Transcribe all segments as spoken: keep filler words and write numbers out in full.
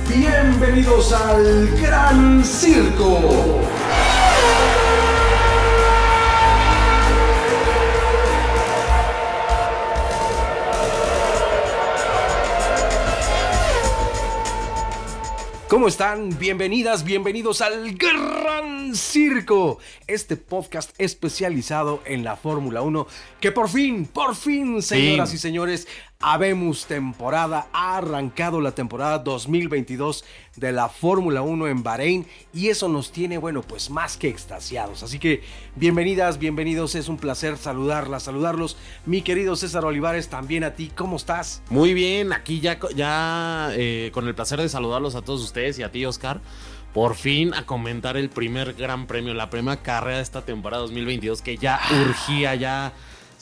Bienvenidos al Gran Circo. ¿Cómo están? Bienvenidas, bienvenidos al Gran Circo, este podcast especializado en la Fórmula uno, que por fin, por fin, señoras sí. y señores, habemos temporada, ha arrancado la temporada dos mil veintidós de la Fórmula uno en Bahrein y eso nos tiene, bueno, pues más que extasiados. Así que bienvenidas, bienvenidos, es un placer saludarlas, saludarlos. Mi querido César Olivares, también a ti, ¿cómo estás? Muy bien, aquí ya, ya eh, con el placer de saludarlos a todos ustedes y a ti, Oscar. Por fin a comentar el primer gran premio, la primera carrera de esta temporada dos mil veintidós que ya urgía, ya...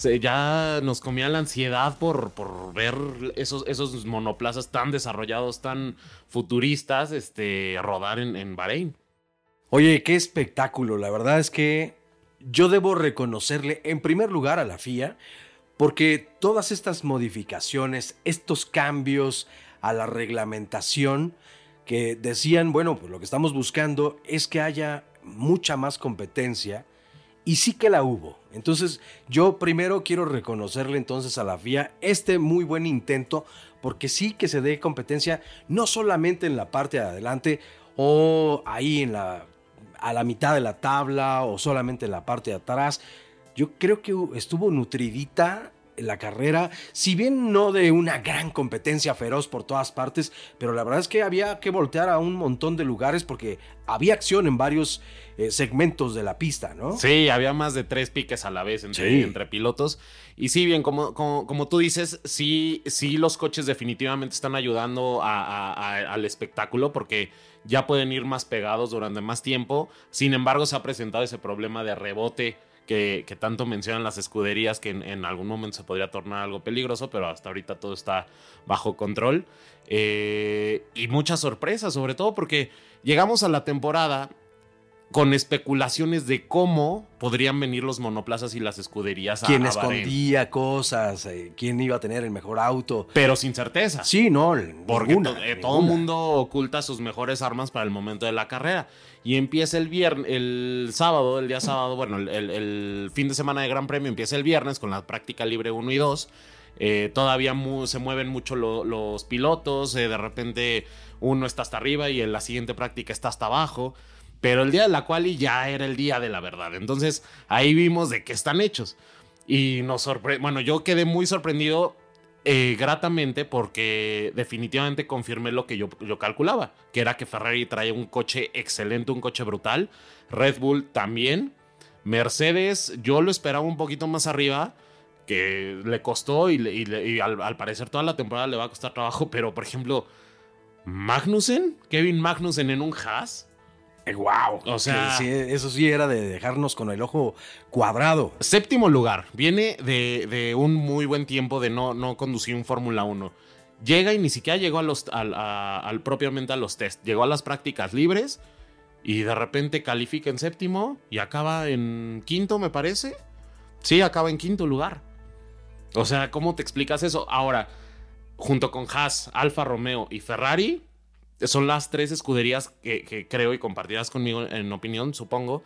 Ya nos comía la ansiedad por, por ver esos, esos monoplazas tan desarrollados, tan futuristas, este, rodar en, en Bahrein. Oye, qué espectáculo. La verdad es que yo debo reconocerle en primer lugar a la F I A, porque todas estas modificaciones, estos cambios a la reglamentación que decían, bueno, pues lo que estamos buscando es que haya mucha más competencia. Y sí que la hubo. Entonces, yo primero quiero reconocerle entonces a la F I A este muy buen intento, porque sí que se dé competencia, no solamente en la parte de adelante o ahí en la, a la mitad de la tabla o solamente en la parte de atrás. Yo creo que estuvo nutridita la carrera, si bien no de una gran competencia feroz por todas partes, pero la verdad es que había que voltear a un montón de lugares porque había acción en varios eh, segmentos de la pista, ¿no? Sí, había más de tres piques a la vez entre, sí. entre pilotos. Y sí, bien, como, como, como tú dices, sí, sí los coches definitivamente están ayudando a, a, a, al espectáculo porque ya pueden ir más pegados durante más tiempo. Sin embargo, se ha presentado ese problema de rebote Que, que tanto mencionan las escuderías, que en, en algún momento se podría tornar algo peligroso, pero hasta ahorita todo está bajo control. Eh, y muchas sorpresas, sobre todo porque llegamos a la temporada con especulaciones de cómo podrían venir los monoplazas y las escuderías a, ¿Quién a escondía cosas? Eh, ¿Quién iba a tener el mejor auto? Pero sin certeza. Sí, no, porque ninguna, to, eh, ninguna. todo el mundo oculta sus mejores armas para el momento de la carrera. Y empieza el viernes, el sábado, el día sábado, bueno, el, el, el fin de semana de Gran Premio empieza el viernes con la práctica libre uno y dos. Eh, todavía mu- se mueven mucho lo, los pilotos, eh, de repente uno está hasta arriba y en la siguiente práctica está hasta abajo. Pero el día de la quali ya era el día de la verdad. Entonces ahí vimos de qué están hechos. Y nos sorprendió. Bueno, yo quedé muy sorprendido eh, gratamente porque definitivamente confirmé lo que yo, yo calculaba. Que era que Ferrari trae un coche excelente, un coche brutal. Red Bull también. Mercedes, yo lo esperaba un poquito más arriba. Que le costó y, y, y al, al parecer toda la temporada le va a costar trabajo. Pero por ejemplo, Magnussen, Kevin Magnussen en un Haas. ¡Wow! O sea, sí, eso sí era de dejarnos con el ojo cuadrado. Séptimo lugar. Viene de, de un muy buen tiempo de no, no conducir un Fórmula uno. Llega y ni siquiera llegó a los, al, a, al propiamente a los test. Llegó a las prácticas libres y de repente califica en séptimo y acaba en quinto, me parece. Sí, acaba en quinto lugar. O sea, ¿cómo te explicas eso? Ahora, junto con Haas, Alfa Romeo y Ferrari, son las tres escuderías que, que creo y compartirás conmigo en opinión, supongo,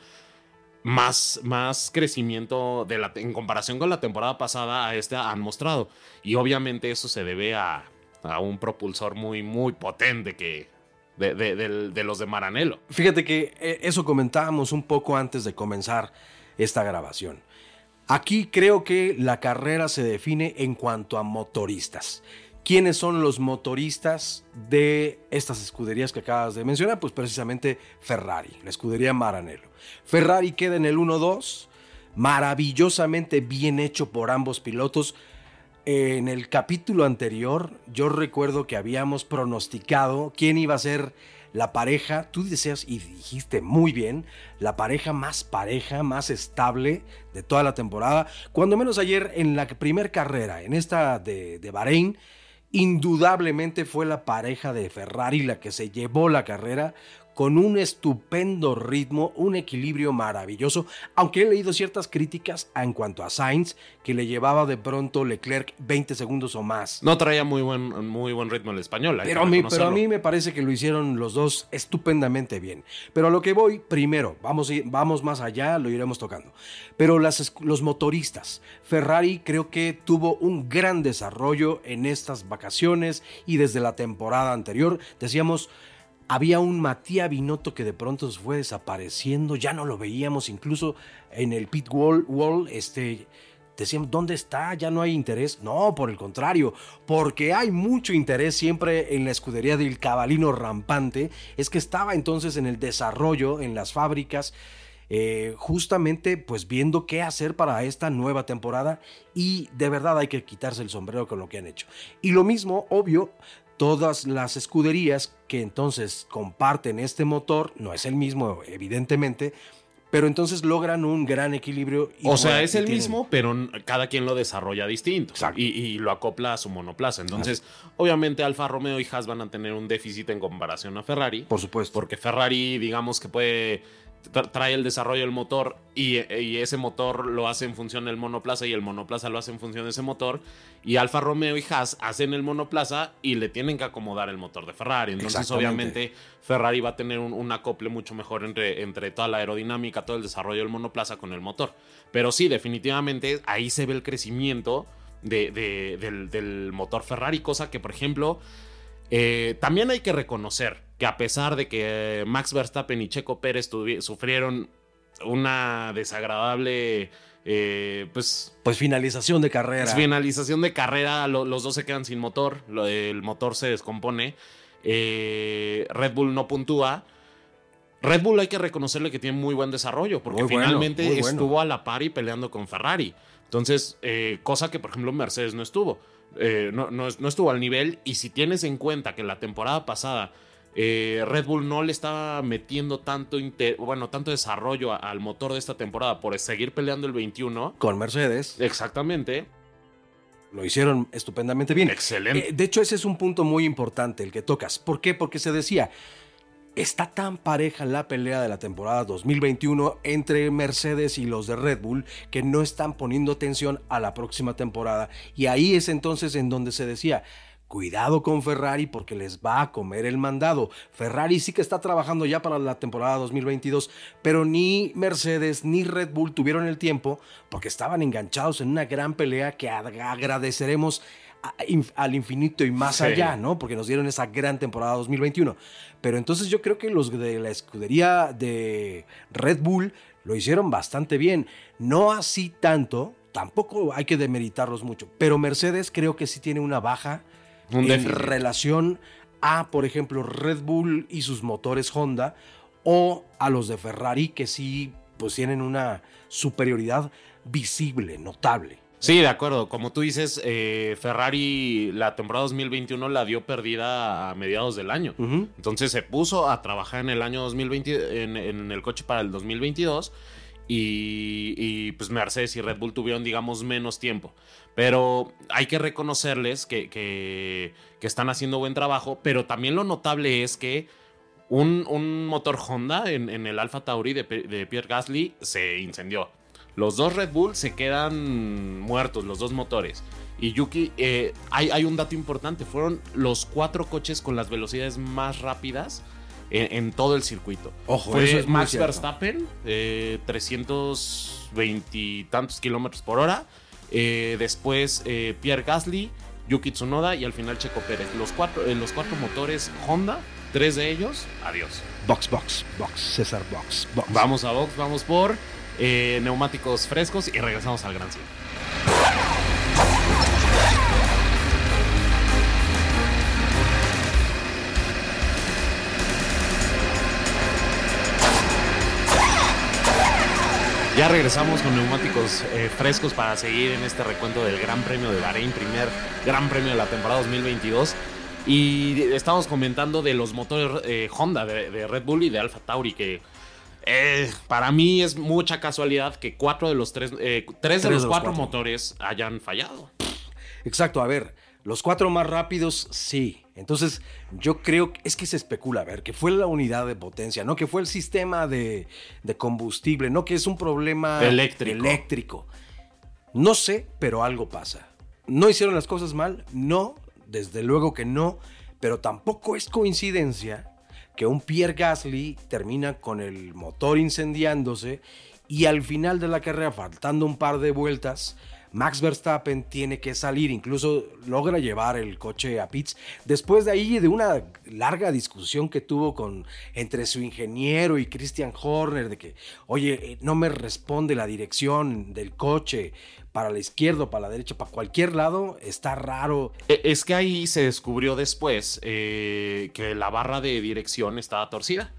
más, más crecimiento de la, en comparación con la temporada pasada a esta han mostrado. Y obviamente eso se debe a, a un propulsor muy, muy potente que de, de, de, de los de Maranello. Fíjate que eso comentábamos un poco antes de comenzar esta grabación. Aquí creo que la carrera se define en cuanto a motoristas. ¿Quiénes son los motoristas de estas escuderías que acabas de mencionar? Pues precisamente Ferrari, la escudería Maranello. Ferrari queda en el uno dos, maravillosamente bien hecho por ambos pilotos. En el capítulo anterior, yo recuerdo que habíamos pronosticado quién iba a ser la pareja, tú deseas y dijiste muy bien, la pareja más pareja, más estable de toda la temporada. Cuando menos ayer en la primer carrera, en esta de, de Bahrein, indudablemente fue la pareja de Ferrari la que se llevó la carrera con un estupendo ritmo, un equilibrio maravilloso, aunque he leído ciertas críticas en cuanto a Sainz, que le llevaba de pronto Leclerc veinte segundos o más. No traía muy buen, muy buen ritmo el español. Hay Pero a, mí, pero a mí me parece que lo hicieron los dos estupendamente bien. Pero a lo que voy, primero, vamos, vamos más allá, lo iremos tocando. Pero las, los motoristas, Ferrari creo que tuvo un gran desarrollo en estas vacaciones y desde la temporada anterior. Decíamos, había un Matías Binotto que de pronto se fue desapareciendo, ya no lo veíamos, incluso en el pit wall, wall este... Decíamos, ¿dónde está? ¿Ya no hay interés? No, por el contrario, porque hay mucho interés siempre en la escudería del cabalino rampante. Es que estaba entonces en el desarrollo, en las fábricas, eh, justamente pues viendo qué hacer para esta nueva temporada, y de verdad hay que quitarse el sombrero con lo que han hecho. Y lo mismo, obvio, todas las escuderías que entonces comparten este motor, no es el mismo evidentemente, pero entonces logran un gran equilibrio. Y o sea, bueno, es el tienen... mismo, pero cada quien lo desarrolla distinto. Y, y lo acopla a su monoplaza. Entonces, claro, obviamente Alfa Romeo y Haas van a tener un déficit en comparación a Ferrari. Por supuesto. Porque Ferrari, digamos que puede... trae el desarrollo del motor y, y ese motor lo hace en función del monoplaza y el monoplaza lo hace en función de ese motor, y Alfa Romeo y Haas hacen el monoplaza y le tienen que acomodar el motor de Ferrari. Entonces obviamente Ferrari va a tener un, un acople mucho mejor entre, entre toda la aerodinámica, todo el desarrollo del monoplaza con el motor. Pero sí, definitivamente ahí se ve el crecimiento de, de, del, del motor Ferrari, cosa que por ejemplo eh, también hay que reconocer que a pesar de que Max Verstappen y Checo Pérez sufrieron una desagradable eh, pues, pues finalización de carrera. Finalización de carrera, lo, los dos se quedan sin motor, lo, el motor se descompone, eh, Red Bull no puntúa. Red Bull hay que reconocerle que tiene muy buen desarrollo, porque muy finalmente bueno, estuvo bueno. a la par y peleando con Ferrari. Entonces, eh, cosa que por ejemplo Mercedes no estuvo, eh, no, no, no estuvo al nivel. Y si tienes en cuenta que la temporada pasada Eh, Red Bull no le estaba metiendo tanto, inter, bueno, tanto desarrollo a, al motor de esta temporada por seguir peleando el veintiuno con Mercedes. Exactamente. Lo hicieron estupendamente bien. Excelente. Eh, de hecho, ese es un punto muy importante el que tocas. ¿Por qué? Porque se decía, está tan pareja la pelea de la temporada dos mil veintiuno entre Mercedes y los de Red Bull que no están poniendo atención a la próxima temporada. Y ahí es entonces en donde se decía, cuidado con Ferrari porque les va a comer el mandado. Ferrari sí que está trabajando ya para la temporada dos mil veintidós, pero ni Mercedes ni Red Bull tuvieron el tiempo porque estaban enganchados en una gran pelea que agradeceremos al infinito y más sí. allá, ¿no? Porque nos dieron esa gran temporada dos mil veintiuno. Pero entonces yo creo que los de la escudería de Red Bull lo hicieron bastante bien. No así tanto, tampoco hay que demeritarlos mucho, pero Mercedes creo que sí tiene una baja Un en déficit. relación a, por ejemplo, Red Bull y sus motores Honda, o a los de Ferrari, que sí pues tienen una superioridad visible, notable. Sí, de acuerdo. Como tú dices, eh, Ferrari la temporada dos mil veintiuno la dio perdida a mediados del año. Uh-huh. Entonces se puso a trabajar en el año dos mil veinte, en, en el coche para el dos mil veintidós. Y, y pues Mercedes y Red Bull tuvieron, digamos, menos tiempo. Pero hay que reconocerles que, que, que están haciendo buen trabajo. Pero también lo notable es que un, un motor Honda en, en el Alfa Tauri de, de Pierre Gasly se incendió. Los dos Red Bull se quedan muertos, los dos motores. Y Yuki, eh, hay, hay un dato importante. Fueron los cuatro coches con las velocidades más rápidas En, en todo el circuito. Ojo, fue eso es Max Verstappen, eh, trescientos veinte y tantos kilómetros por hora. Eh, después eh, Pierre Gasly, Yuki Tsunoda y al final Checo Pérez. Los cuatro, eh, los cuatro motores Honda, tres de ellos, adiós. Box, box, box, César, box, box. Vamos a box, vamos por eh, neumáticos frescos y regresamos al Gran Circo. Ya regresamos con neumáticos eh, frescos para seguir en este recuento del Gran Premio de Bahrein, primer Gran Premio de la temporada dos mil veintidós. Y estamos comentando de los motores eh, Honda de, de Red Bull y de Alfa Tauri, que eh, para mí es mucha casualidad que cuatro de los tres, eh, tres, tres de los, de los cuatro, cuatro motores hayan fallado. Exacto, a ver, los cuatro más rápidos sí. Entonces, yo creo que es que se especula, a ver, que fue la unidad de potencia, no que fue el sistema de, de combustible, no que es un problema eléctrico. eléctrico. No sé, pero algo pasa. ¿No hicieron las cosas mal? No, desde luego que no, pero tampoco es coincidencia que un Pierre Gasly termina con el motor incendiándose y al final de la carrera, faltando un par de vueltas, Max Verstappen tiene que salir, incluso logra llevar el coche a pits. Después de ahí, de una larga discusión que tuvo con, entre su ingeniero y Christian Horner, de que, oye, no me responde la dirección del coche para la izquierda, para la derecha, para cualquier lado, está raro. Es que ahí se descubrió después eh, que la barra de dirección estaba torcida.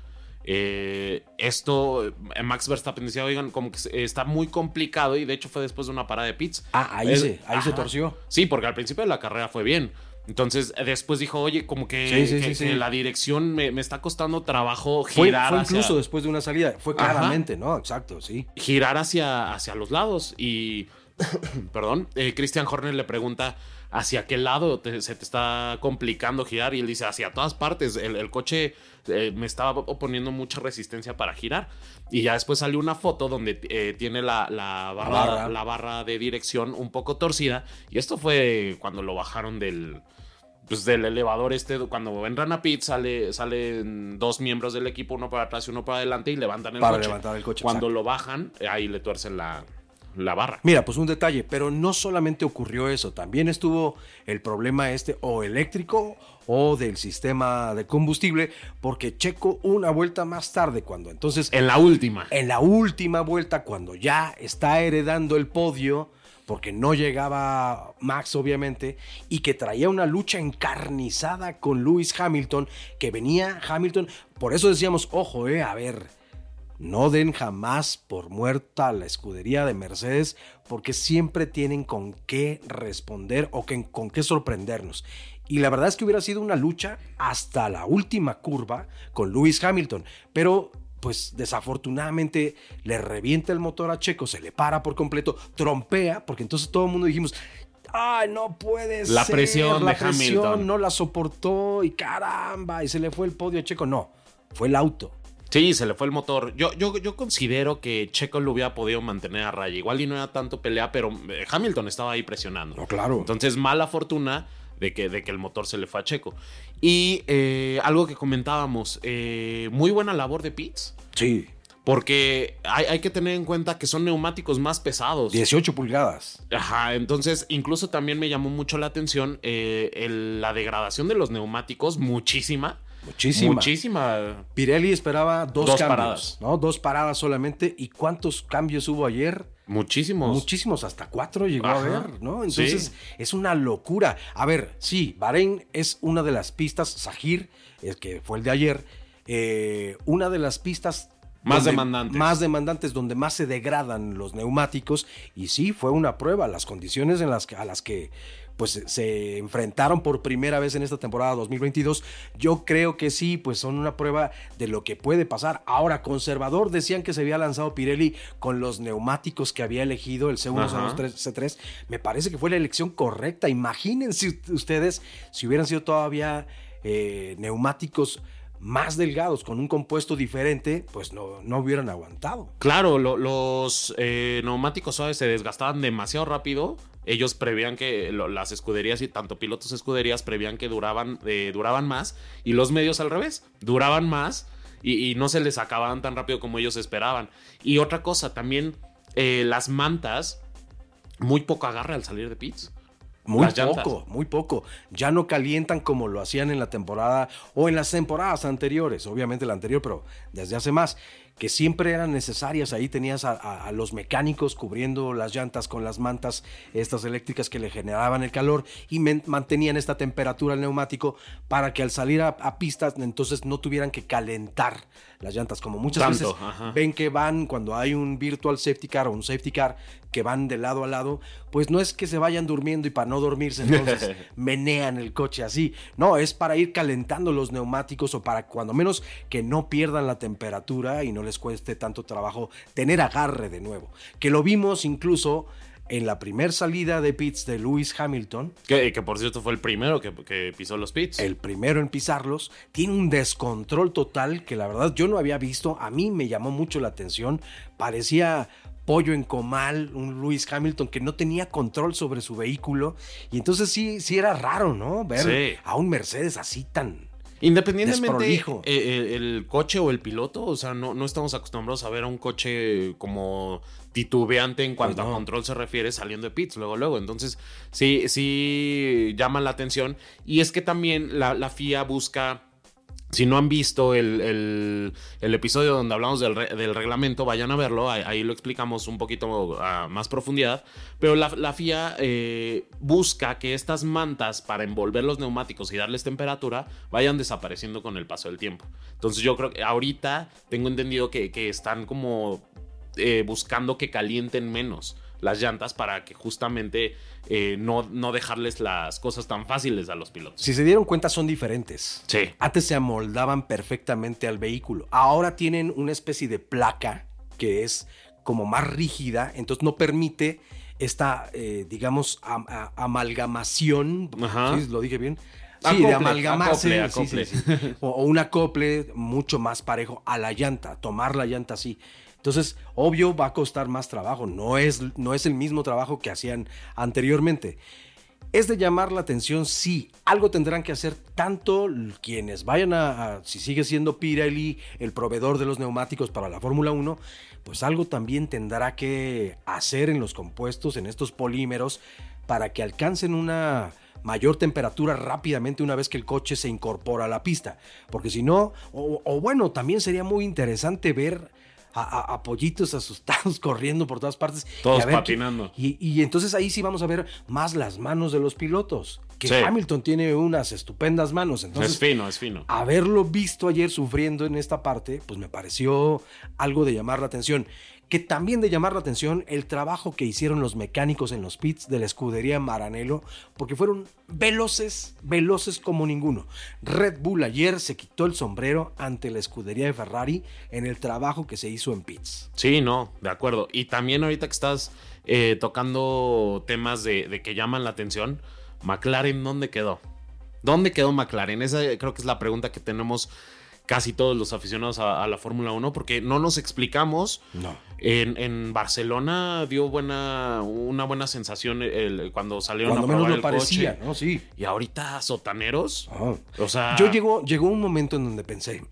Eh, esto, Max Verstappen decía, oigan, como que está muy complicado, y de hecho fue después de una parada de pits. Ah, ahí, eh, se, ahí se torció. Sí, porque al principio de la carrera fue bien. Entonces después dijo, oye, como que, sí, sí, que, sí, que sí. la dirección me, me está costando trabajo fue, girar fue incluso hacia, después de una salida, fue claramente, ajá, ¿no? Exacto, sí. Girar hacia, hacia los lados. Y, perdón, eh, Christian Horner le pregunta hacia qué lado te, se te está complicando girar, y él dice, hacia todas partes. El, el coche eh, me estaba oponiendo mucha resistencia para girar. Y ya después salió una foto donde eh, tiene la, la, barra, la, barra. la barra de dirección un poco torcida. Y esto fue cuando lo bajaron del, pues, del elevador este. Cuando entran a pit, sale, salen dos miembros del equipo, uno para atrás y uno para adelante, y levantan el para coche. levantar el coche. Cuando exacto. lo bajan, ahí le tuercen la... la barra. Mira, pues un detalle, pero no solamente ocurrió eso, también estuvo el problema este o eléctrico o del sistema de combustible, porque Checo una vuelta más tarde, cuando entonces... En la última. En la última vuelta, cuando ya está heredando el podio, porque no llegaba Max obviamente, y que traía una lucha encarnizada con Lewis Hamilton, que venía Hamilton, por eso decíamos, ojo, eh, a ver... No den jamás por muerta a la escudería de Mercedes, porque siempre tienen con qué responder o que, con qué sorprendernos. Y la verdad es que hubiera sido una lucha hasta la última curva con Lewis Hamilton, pero pues desafortunadamente le revienta el motor a Checo, se le para por completo, trompea, porque entonces todo el mundo dijimos... ¡Ay, no puede la ser! Presión la de presión Hamilton no la soportó y caramba, y se le fue el podio a Checo. No, fue el auto. Sí, se le fue el motor. Yo, yo, yo considero que Checo lo hubiera podido mantener a raya. Igual y no era tanto pelea, pero Hamilton estaba ahí presionando. No, claro. Entonces, mala fortuna de que, de que el motor se le fue a Checo. Y eh, algo que comentábamos, eh, muy buena labor de pits. Sí. Porque hay, hay que tener en cuenta que son neumáticos más pesados. dieciocho pulgadas. Ajá, entonces incluso también me llamó mucho la atención eh, el, la degradación de los neumáticos, muchísima. Muchísima. Muchísima. Pirelli esperaba dos, dos cambios, paradas. ¿no? Dos paradas solamente. ¿Y cuántos cambios hubo ayer? Muchísimos. Muchísimos, hasta cuatro llegó Ajá, a ver, ¿no? Entonces sí. Es una locura. A ver, sí, Bahrein es una de las pistas, Sajir, el que fue el de ayer, eh, una de las pistas más donde, demandantes. Más demandantes, donde más se degradan los neumáticos. Y sí, fue una prueba. Las condiciones en las que, a las que pues se enfrentaron por primera vez en esta temporada dos mil veintidós, yo creo que sí, pues son una prueba de lo que puede pasar. Ahora, conservador, decían que se había lanzado Pirelli con los neumáticos que había elegido, el C uno, C dos, C tres, me parece que fue la elección correcta. Imagínense ustedes si hubieran sido todavía eh, neumáticos más delgados, con un compuesto diferente, pues no, no hubieran aguantado. Claro, lo, los eh, neumáticos suaves se desgastaban demasiado rápido. Ellos prevían que lo, las escuderías, y tanto pilotos escuderías, prevían que duraban, eh, duraban más, y los medios al revés, duraban más y, y no se les acababan tan rápido como ellos esperaban. Y otra cosa, también eh, las mantas, muy poco agarre al salir de pits. Muy poco, muy poco. Ya no calientan como lo hacían en la temporada o en las temporadas anteriores, obviamente la anterior, pero desde hace más, que siempre eran necesarias. Ahí tenías a, a, a los mecánicos cubriendo las llantas con las mantas estas eléctricas que le generaban el calor y men, mantenían esta temperatura al neumático para que al salir a, a pistas entonces no tuvieran que calentar las llantas, como muchas Tanto, veces ajá. Ven que van cuando hay un virtual safety car o un safety car que van de lado a lado, pues no es que se vayan durmiendo y para no dormirse entonces menean el coche así, no, es para ir calentando los neumáticos o para cuando menos que no pierdan la temperatura y no les cueste tanto trabajo tener agarre de nuevo, que lo vimos incluso en la primera salida de pits de Lewis Hamilton. Que, que por cierto fue el primero que, que pisó los pits. El primero en pisarlos. Tiene un descontrol total que la verdad yo no había visto. A mí me llamó mucho la atención. Parecía pollo en comal, un Lewis Hamilton que no tenía control sobre su vehículo. Y entonces sí, sí era raro, ¿no? Ver Sí. a un Mercedes así tan... Independientemente eh, el coche o el piloto, o sea, no, no estamos acostumbrados a ver a un coche como titubeante en cuanto pues no. a control se refiere saliendo de pits luego, luego. Entonces, sí, sí llama la atención. Y es que también la, la F I A busca... Si no han visto el, el, el episodio donde hablamos del, re, del reglamento, vayan a verlo, ahí, ahí lo explicamos un poquito a más profundidad, pero la, la F I A eh, busca que estas mantas para envolver los neumáticos y darles temperatura vayan desapareciendo con el paso del tiempo. Entonces yo creo que ahorita tengo entendido que, que están como eh, buscando que calienten menos las llantas para que justamente eh, no, no dejarles las cosas tan fáciles a los pilotos. Si se dieron cuenta, son diferentes. Sí. Antes se amoldaban perfectamente al vehículo. Ahora tienen una especie de placa que es como más rígida, entonces no permite esta, eh, digamos, am- a- amalgamación. Ajá. ¿Sí? ¿Lo dije bien? Sí, Acople, de amalgamarse. acople, acople. Sí, sí, sí. O, o un acople mucho más parejo a la llanta, tomar la llanta así. Entonces, obvio, va a costar más trabajo. No es, no es el mismo trabajo que hacían anteriormente. Es de llamar la atención, sí. Algo tendrán que hacer tanto quienes vayan a, a si sigue siendo Pirelli el proveedor de los neumáticos para la Fórmula uno, pues algo también tendrá que hacer en los compuestos, en estos polímeros, para que alcancen una mayor temperatura rápidamente una vez que el coche se incorpora a la pista. Porque si no, o, o bueno, también sería muy interesante ver A, a, a pollitos asustados corriendo por todas partes. Todos y a ver patinando. Que, y, y entonces ahí sí vamos a ver más las manos de los pilotos. Que sí. Hamilton tiene unas estupendas manos. Entonces, es fino, es fino. Haberlo visto ayer sufriendo en esta parte, pues me pareció algo de llamar la atención. Que también de llamar la atención el trabajo que hicieron los mecánicos en los pits de la escudería Maranello, porque fueron veloces, veloces como ninguno. Red Bull ayer se quitó el sombrero ante la escudería de Ferrari en el trabajo que se hizo en pits. Sí, no, de acuerdo. Y también ahorita que estás eh, tocando temas de, de que llaman la atención, McLaren, ¿dónde quedó? ¿Dónde quedó McLaren? Esa creo que es la pregunta que tenemos casi todos los aficionados a, a la Fórmula uno, porque no nos explicamos. No. En, en Barcelona dio buena, una buena sensación el, cuando salieron Cuando a probar menos lo el parecía, coche. ¿no? Sí. Y ahorita sotaneros. Oh. O sea, yo llegó, llegó un momento en donde pensé,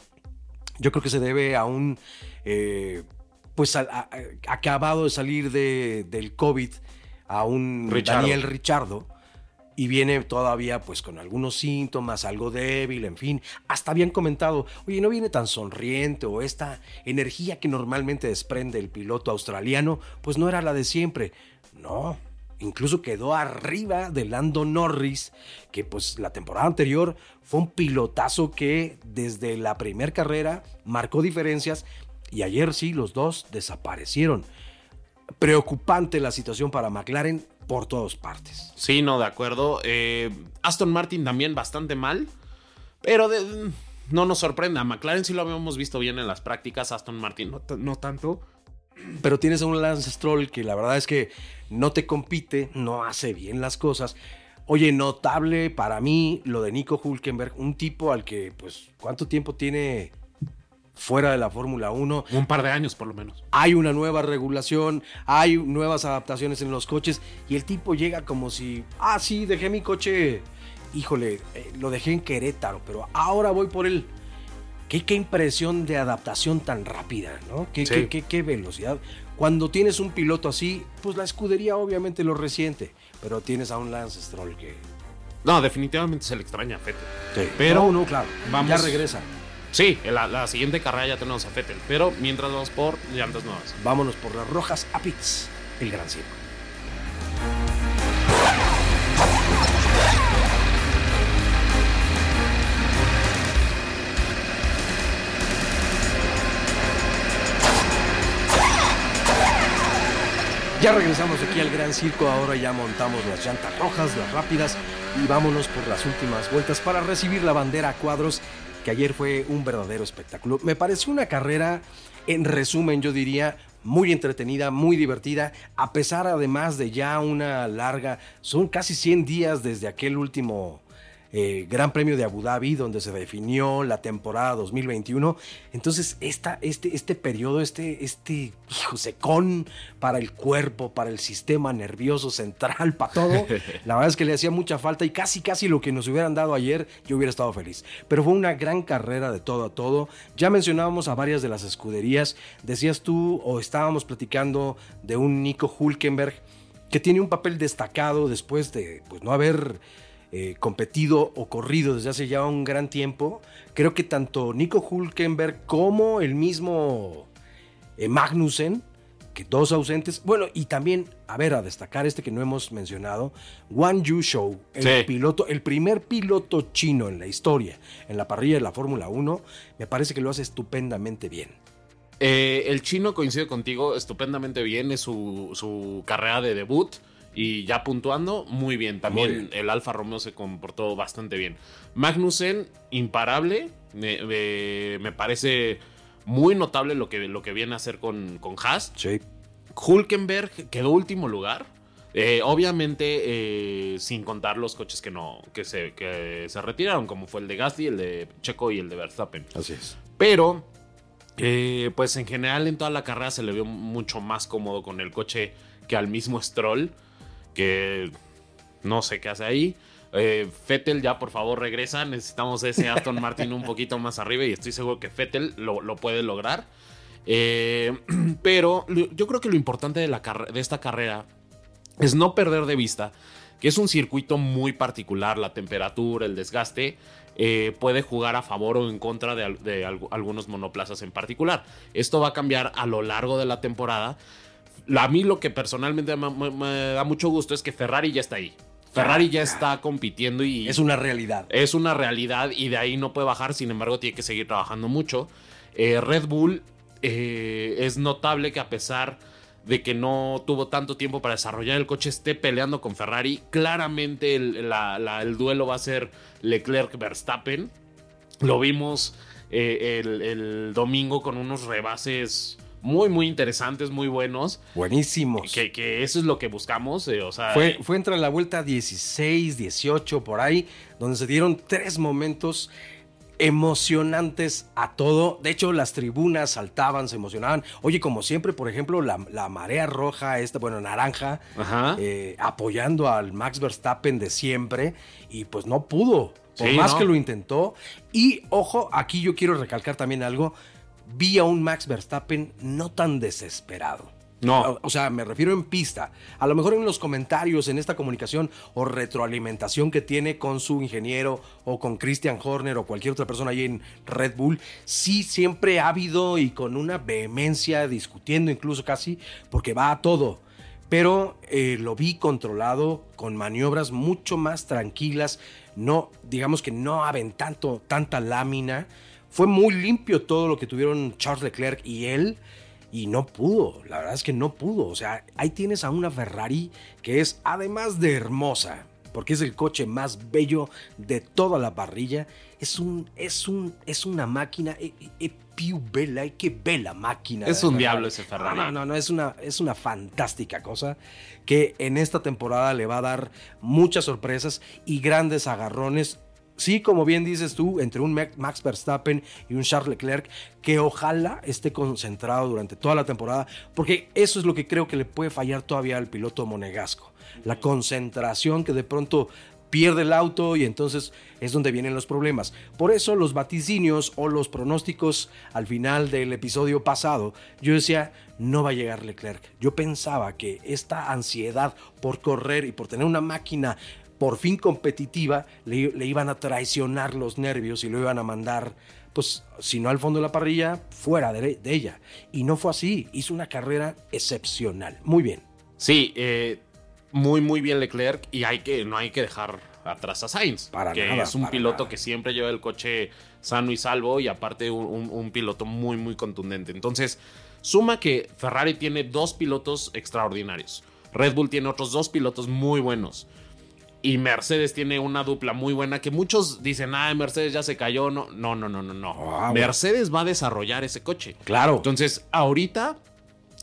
yo creo que se debe a un, eh, pues a, a, a, acabado de salir de, del COVID, a un Richardo. Daniel Ricciardo, y viene todavía pues con algunos síntomas, algo débil, en fin. Hasta habían comentado, oye, no viene tan sonriente, o esta energía que normalmente desprende el piloto australiano, pues no era la de siempre. No, incluso quedó arriba de Lando Norris, que pues la temporada anterior fue un pilotazo que desde la primera carrera marcó diferencias, y ayer sí, los dos desaparecieron. Preocupante la situación para McLaren por todas partes. Sí, no, de acuerdo. Eh, Aston Martin también bastante mal, pero de, no nos sorprenda. A McLaren sí lo habíamos visto bien en las prácticas, Aston Martin no, no tanto. Pero tienes a un Lance Stroll que la verdad es que no te compite, no hace bien las cosas. Oye, notable para mí lo de Nico Hülkenberg, un tipo al que, pues, ¿cuánto tiempo tiene fuera de la Fórmula uno? Un par de años por lo menos. Hay una nueva regulación, hay nuevas adaptaciones en los coches, y el tipo llega como si, ah, sí, dejé mi coche, híjole, eh, lo dejé en Querétaro, pero ahora voy por él. Qué, qué impresión de adaptación tan rápida, ¿no? Qué, Sí. qué, qué, qué velocidad. Cuando tienes un piloto así, pues la escudería obviamente lo resiente, pero tienes a un Lance Stroll que... No, definitivamente se le extraña a Vettel. Sí. Pero no, no, claro, vamos- ya regresa. Sí, en la, la siguiente carrera ya tenemos a Vettel, pero mientras vamos por llantas nuevas. Vámonos por las rojas a pits, el Gran Circo. Ya regresamos aquí al Gran Circo, ahora ya montamos las llantas rojas, las rápidas, y vámonos por las últimas vueltas para recibir la bandera a cuadros, que ayer fue un verdadero espectáculo. Me pareció una carrera, en resumen yo diría, muy entretenida, muy divertida, a pesar además de ya una larga, son casi cien días desde aquel último eh, Gran Premio de Abu Dhabi, donde se definió la temporada dos mil veintiuno. Entonces, esta, este, este periodo, este, este hijo, secón para el cuerpo, para el sistema nervioso central, para todo, la verdad es que le hacía mucha falta y casi, casi lo que nos hubieran dado ayer, yo hubiera estado feliz. Pero fue una gran carrera de todo a todo. Ya mencionábamos a varias de las escuderías. Decías tú, o estábamos platicando de un Nico Hülkenberg que tiene un papel destacado después de pues, no haber eh, competido o corrido desde hace ya un gran tiempo. Creo que tanto Nico Hülkenberg como el mismo eh, Magnussen, que dos ausentes, bueno, y también, a ver, a destacar este que no hemos mencionado, Guan Yu Zhou, el sí. piloto, el primer piloto chino en la historia, en la parrilla de la Fórmula uno, me parece que lo hace estupendamente bien. Eh, el chino, coincide contigo, estupendamente bien, es su, su carrera de debut. Y ya puntuando, muy bien. También muy bien. El Alfa Romeo se comportó bastante bien. Magnussen, imparable. Me, me, me parece muy notable lo que, lo que viene a hacer con, con Haas. Sí. Hülkenberg quedó último lugar. Eh, obviamente, eh, sin contar los coches que, no, que, se, que se retiraron, como fue el de Gasly, el de Checo y el de Verstappen. Así es. Pero, eh, pues en general en toda la carrera se le vio mucho más cómodo con el coche que al mismo Stroll, que no sé qué hace ahí. Eh, Vettel, ya por favor regresa. Necesitamos ese Aston Martin un poquito más arriba y estoy seguro que Vettel lo, lo puede lograr. Eh, pero yo creo que lo importante de, la de esta carrera es no perder de vista que es un circuito muy particular. La temperatura, el desgaste eh, puede jugar a favor o en contra de, de algunos monoplazas en particular. Esto va a cambiar a lo largo de la temporada. A mí lo que personalmente me, me, me da mucho gusto es que Ferrari ya está ahí. Ferrari ya está compitiendo y... Es una realidad. Es una realidad y de ahí no puede bajar. Sin embargo, tiene que seguir trabajando mucho. Eh, Red Bull eh, es notable que a pesar de que no tuvo tanto tiempo para desarrollar el coche, esté peleando con Ferrari. Claramente el, la, la, el duelo va a ser Leclerc-Verstappen. Lo vimos eh, el, el domingo con unos rebases muy, muy interesantes, muy buenos. Buenísimos. Que, que eso es lo que buscamos. Eh, o sea, fue, fue entre la vuelta dieciséis, dieciocho, por ahí, donde se dieron tres momentos emocionantes a todo. De hecho, las tribunas saltaban, se emocionaban. Oye, como siempre, por ejemplo, la, la marea roja, esta, bueno, naranja, eh, apoyando al Max Verstappen de siempre, y pues no pudo, por sí, más ¿no? que lo intentó. Y, ojo, aquí yo quiero recalcar también algo. Vi a un Max Verstappen no tan desesperado. No. O, o sea, me refiero en pista. A lo mejor en los comentarios, en esta comunicación o retroalimentación que tiene con su ingeniero o con Christian Horner o cualquier otra persona ahí en Red Bull, sí siempre ha habido y con una vehemencia, discutiendo incluso casi, porque va a todo. Pero eh, lo vi controlado, con maniobras mucho más tranquilas, no, digamos que no aventando tanta lámina. Fue muy limpio todo lo que tuvieron Charles Leclerc y él, y no pudo, la verdad es que no pudo. O sea, ahí tienes a una Ferrari que es, además de hermosa, porque es el coche más bello de toda la parrilla, es un, es un, es una máquina, es, es più bella, qué bella máquina. Es un Ferrari. Diablo ese Ferrari. No, no, no, es una, es una fantástica cosa que en esta temporada le va a dar muchas sorpresas y grandes agarrones. Sí, como bien dices tú, entre un Max Verstappen y un Charles Leclerc, que ojalá esté concentrado durante toda la temporada, porque eso es lo que creo que le puede fallar todavía al piloto monegasco. La concentración, que de pronto pierde el auto y entonces es donde vienen los problemas. Por eso los vaticinios o los pronósticos al final del episodio pasado, yo decía, no va a llegar Leclerc. Yo pensaba que esta ansiedad por correr y por tener una máquina por fin competitiva, le, le iban a traicionar los nervios y lo iban a mandar, pues, si no al fondo de la parrilla, fuera de, de ella. Y no fue así, hizo una carrera excepcional, muy bien. Sí, eh, muy, muy bien Leclerc, y hay que, no hay que dejar atrás a Sainz, para que nada, es un para piloto nada. que siempre lleva el coche sano y salvo, y aparte un, un, un piloto muy, muy contundente. Entonces, suma que Ferrari tiene dos pilotos extraordinarios, Red Bull tiene otros dos pilotos muy buenos, y Mercedes tiene una dupla muy buena que muchos dicen, ah, Mercedes ya se cayó. No, no, no, no, no. no. Ah, Mercedes bueno. va a desarrollar ese coche. Claro. Entonces, ahorita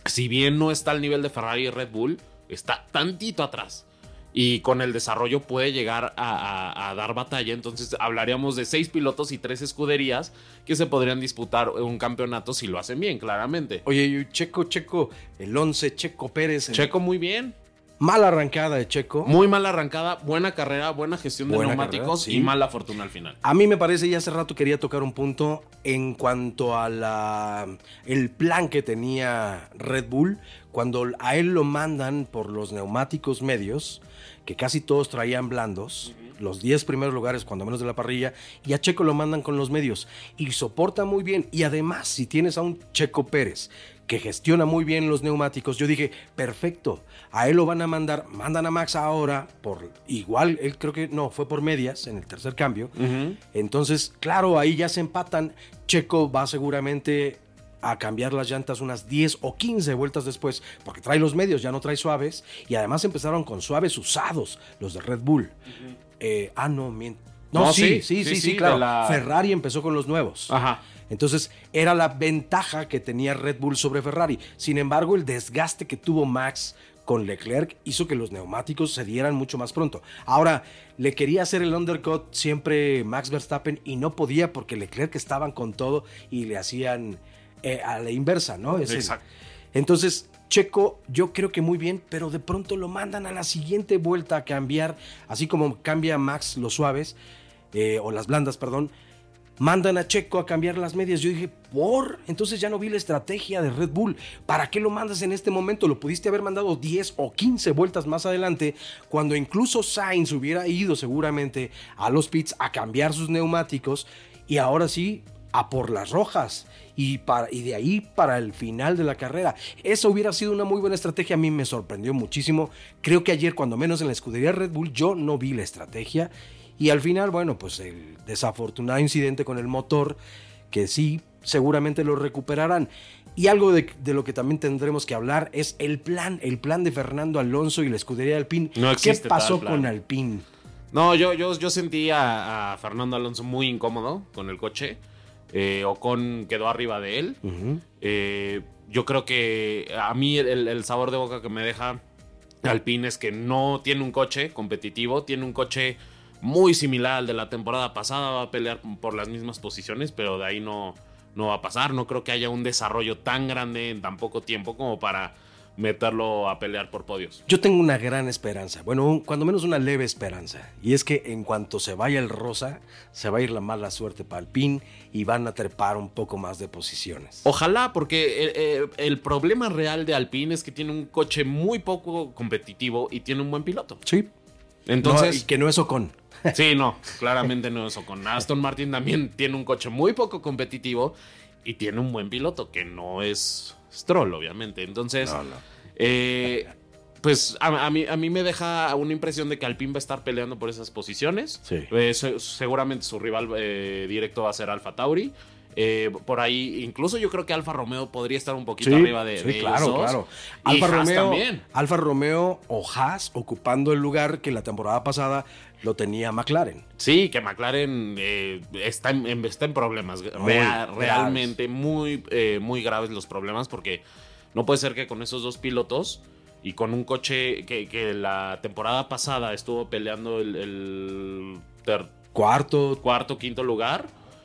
si bien no está al nivel de Ferrari y Red Bull, está tantito atrás. Y con el desarrollo puede llegar a, a, a dar batalla. Entonces hablaríamos de seis pilotos y tres escuderías que se podrían disputar un campeonato si lo hacen bien, claramente. Oye, Checo, Checo, el once, Checo Pérez. El... Checo muy bien. Mala arrancada de Checo. Muy mala arrancada, buena carrera, buena gestión de buena neumáticos carrera, sí. Y mala fortuna al final. A mí me parece, y hace rato quería tocar un punto en cuanto a la el plan que tenía Red Bull cuando a él lo mandan por los neumáticos medios, que casi todos traían blandos, uh-huh. los diez primeros lugares cuando menos de la parrilla, y a Checo lo mandan con los medios y soporta muy bien. Y además, si tienes a un Checo Pérez que gestiona muy bien los neumáticos, yo dije, perfecto, a él lo van a mandar, mandan a Max ahora, por igual, él creo que no, fue por medias en el tercer cambio, uh-huh. entonces, claro, ahí ya se empatan, Checo va seguramente a cambiar las llantas unas diez o quince vueltas después, porque trae los medios, ya no trae suaves, y además empezaron con suaves usados, los de Red Bull. Uh-huh. Eh, ah, no, miento. No, no sí, sí, sí, sí, sí, sí, claro, la... Ferrari empezó con los nuevos. Ajá. Entonces era la ventaja que tenía Red Bull sobre Ferrari. Sin embargo, el desgaste que tuvo Max con Leclerc hizo que los neumáticos se dieran mucho más pronto. Ahora, le quería hacer el undercut siempre Max Verstappen y no podía porque Leclerc estaban con todo y le hacían eh, a la inversa, ¿no? Es Exacto. El... Entonces, Checo, yo creo que muy bien, pero de pronto lo mandan a la siguiente vuelta a cambiar, así como cambia Max los suaves, eh, o las blandas, perdón, mandan a Checo a cambiar las medias. Yo dije, ¿por? Entonces ya no vi la estrategia de Red Bull. ¿Para qué lo mandas en este momento? Lo pudiste haber mandado diez o quince vueltas más adelante, cuando incluso Sainz hubiera ido seguramente a los pits a cambiar sus neumáticos y ahora sí a por las rojas y, para, y de ahí para el final de la carrera. Eso hubiera sido una muy buena estrategia. A mí me sorprendió muchísimo. Creo que ayer, cuando menos en la escudería Red Bull, yo no vi la estrategia. Y al final, bueno, pues el desafortunado incidente con el motor, que sí, seguramente lo recuperarán. Y algo de, de lo que también tendremos que hablar es el plan, el plan de Fernando Alonso y la escudería Alpine. No existe. ¿Qué pasó con Alpine? No, yo, yo, yo sentí a, a Fernando Alonso muy incómodo con el coche. Eh, Ocon quedó arriba de él. Uh-huh. Eh, yo creo que a mí el, el sabor de boca que me deja Alpine es que no tiene un coche competitivo, tiene un coche muy similar al de la temporada pasada, va a pelear por las mismas posiciones, pero de ahí no, no va a pasar. No creo que haya un desarrollo tan grande en tan poco tiempo como para meterlo a pelear por podios. Yo tengo una gran esperanza, bueno, un, cuando menos una leve esperanza, y es que en cuanto se vaya el rosa, se va a ir la mala suerte para Alpine y van a trepar un poco más de posiciones. Ojalá, porque el, el, el problema real de Alpine es que tiene un coche muy poco competitivo y tiene un buen piloto. Sí. Entonces, no, y que no es Ocon. Sí, no, claramente no es Ocon. Aston Martin también tiene un coche muy poco competitivo y tiene un buen piloto, que no es Stroll, obviamente. Entonces, no, no. Eh, pues a, a, mí, a mí me deja una impresión de que Alpine va a estar peleando por esas posiciones. Sí. Eh, se, seguramente su rival eh, directo va a ser Alfa Tauri. Eh, por ahí, incluso yo creo que Alfa Romeo podría estar un poquito sí, arriba de, sí, de claro, ellos. claro. Y Alfa Haas Romeo, también. Alfa Romeo o Haas ocupando el lugar que la temporada pasada lo tenía McLaren. Sí, que McLaren eh, está, en, está en problemas. Muy Real, realmente graves. muy, eh, muy graves los problemas, porque no puede ser que con esos dos pilotos y con un coche que, que la temporada pasada estuvo peleando el, el ter, cuarto, cuarto, quinto lugar,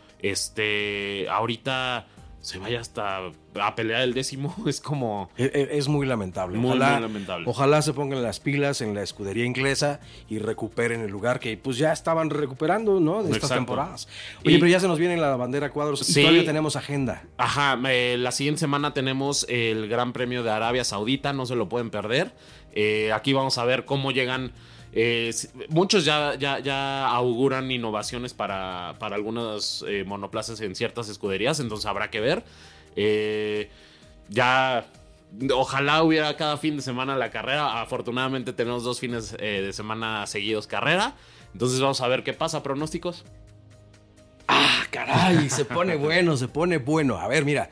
este, ahorita se vaya hasta a pelear el décimo. Es como... Es, es muy lamentable. Muy, ojalá, muy lamentable. Ojalá se pongan las pilas en la escudería inglesa y recuperen el lugar que pues ya estaban recuperando, ¿no? De estas Exacto. temporadas. Oye, y, pero ya se nos viene la bandera cuadros sí, y todavía tenemos agenda. Ajá, eh, la siguiente semana tenemos el Gran Premio de Arabia Saudita, no se lo pueden perder. Eh, aquí vamos a ver cómo llegan... Eh, muchos ya, ya, ya auguran innovaciones para, para algunas eh, monoplazas en ciertas escuderías, entonces habrá que ver. Eh, ya, ojalá hubiera cada fin de semana la carrera. Afortunadamente tenemos dos fines eh, de semana seguidos carrera, entonces vamos a ver qué pasa. ¿Pronósticos? Ah, caray, se pone bueno, se pone bueno. A ver, mira,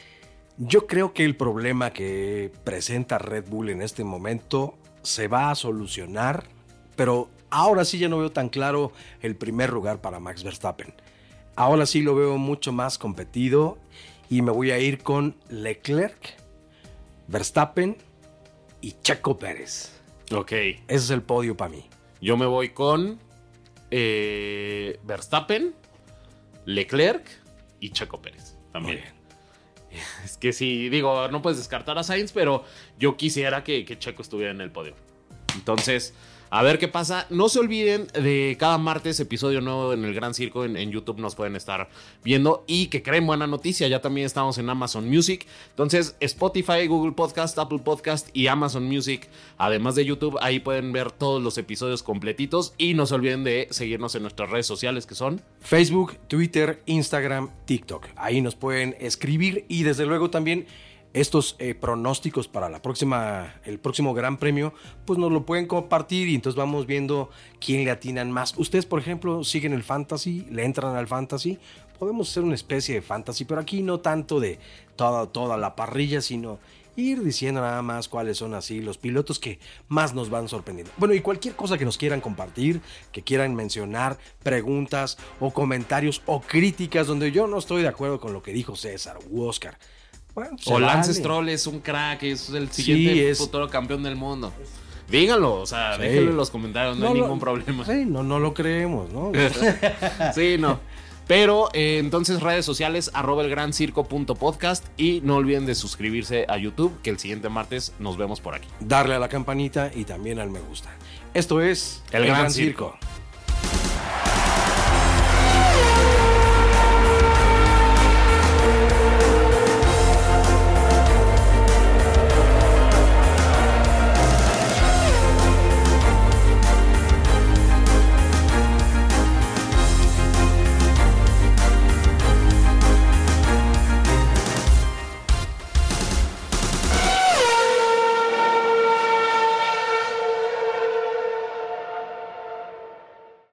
yo creo que el problema que presenta Red Bull en este momento se va a solucionar, pero ahora sí ya no veo tan claro el primer lugar para Max Verstappen. Ahora sí lo veo mucho más competido y me voy a ir con Leclerc, Verstappen y Checo Pérez. Ok. Ese es el podio para mí. Yo me voy con eh, Verstappen, Leclerc y Checo Pérez. También. Es que sí, digo, no puedes descartar a Sainz, pero yo quisiera que, que Checo estuviera en el podio. Entonces, a ver qué pasa. No se olviden de cada martes episodio nuevo en el Gran Circo. En, en YouTube nos pueden estar viendo. Y que creen buena noticia, ya también estamos en Amazon Music. Entonces, Spotify, Google Podcast, Apple Podcast y Amazon Music, además de YouTube, ahí pueden ver todos los episodios completitos. Y no se olviden de seguirnos en nuestras redes sociales, que son Facebook, Twitter, Instagram, TikTok. Ahí nos pueden escribir y desde luego también estos eh, pronósticos para la próxima, el próximo Gran Premio, pues nos lo pueden compartir y entonces vamos viendo quién le atinan más. Ustedes, por ejemplo, siguen el fantasy, le entran al fantasy. Podemos hacer una especie de fantasy, pero aquí no tanto de toda, toda la parrilla, sino ir diciendo nada más cuáles son así los pilotos que más nos van sorprendiendo. Bueno, y cualquier cosa que nos quieran compartir, que quieran mencionar, preguntas o comentarios o críticas donde yo no estoy de acuerdo con lo que dijo César u Oscar. Bueno, o Lance vale. Stroll es un crack, es el siguiente sí, es... futuro campeón del mundo. Díganlo, o sea, sí. déjenlo en los comentarios, no, no hay lo, ningún problema. Sí, no, no lo creemos, ¿no? Sí, no. Pero eh, entonces redes sociales, arroba el gran circo punto podcast y no olviden de suscribirse a YouTube, que el siguiente martes nos vemos por aquí. Darle a la campanita y también al me gusta. Esto es El, el Gran, Gran Circo. Circo.